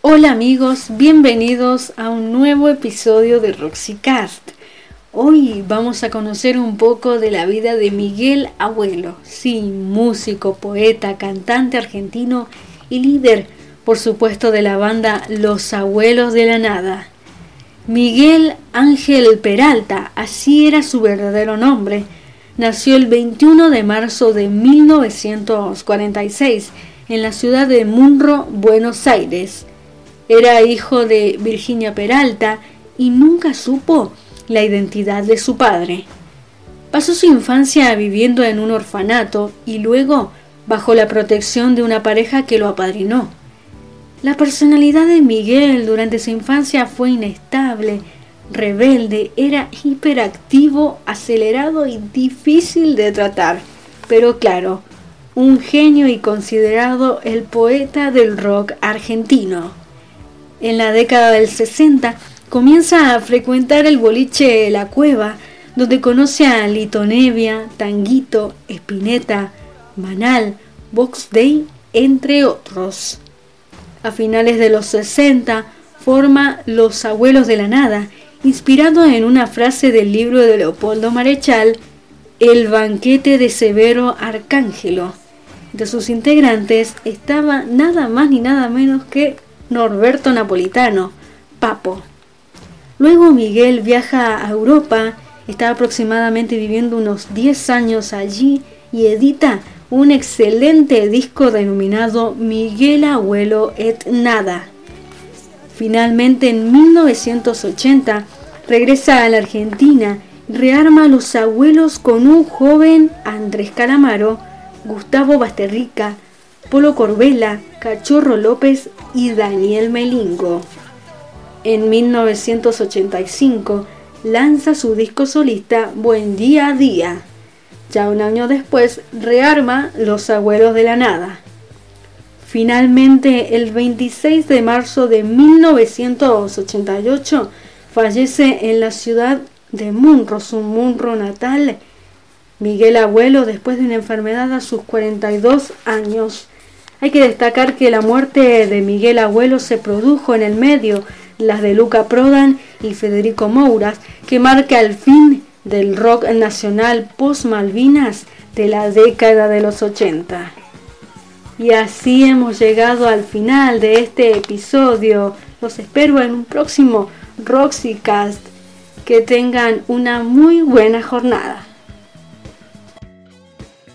Hola amigos, bienvenidos a un nuevo episodio de Roxycast. Hoy vamos a conocer un poco de la vida de Miguel Abuelo, sí, músico, poeta, cantante argentino y líder, por supuesto, de la banda Los Abuelos de la Nada. Miguel Ángel Peralta, así era su verdadero nombre, nació el 21 de marzo de 1946 en la ciudad de Munro, Buenos Aires. Era hijo de Virginia Peralta y nunca supo la identidad de su padre. Pasó su infancia viviendo en un orfanato y luego bajo la protección de una pareja que lo apadrinó. La personalidad de Miguel durante su infancia fue inestable, rebelde, era hiperactivo, acelerado y difícil de tratar. Pero claro, un genio y considerado el poeta del rock argentino. En la década del 60 comienza a frecuentar el boliche La Cueva, donde conoce a Lito Nebbia, Tanguito, Spinetta, Manal, Box Day, entre otros. A finales de los 60 forma Los Abuelos de la Nada, inspirado en una frase del libro de Leopoldo Marechal, El banquete de Severo Arcángelo. De sus integrantes estaba nada más ni nada menos que Norberto Napolitano, Papo. Luego Miguel viaja a Europa, está aproximadamente viviendo unos 10 años allí y edita un excelente disco denominado Miguel Abuelo et Nada. Finalmente en 1980 regresa a la Argentina y rearma a Los Abuelos con un joven Andrés Calamaro, Gustavo Basterrica, Polo Corbella, Cachorro López y Daniel Melingo. En 1985 lanza su disco solista Buen Día a Día. Ya un año después rearma Los Abuelos de la Nada. Finalmente, el 26 de marzo de 1988 fallece en la ciudad de Munro, su Munro natal, Miguel Abuelo, después de una enfermedad a sus 42 años. Hay que destacar que la muerte de Miguel Abuelo se produjo en el medio, las de Luca Prodan y Federico Mouras, que marca el fin del rock nacional post-Malvinas de la década de los 80. Y así hemos llegado al final de este episodio. Los espero en un próximo Roxycast. Que tengan una muy buena jornada.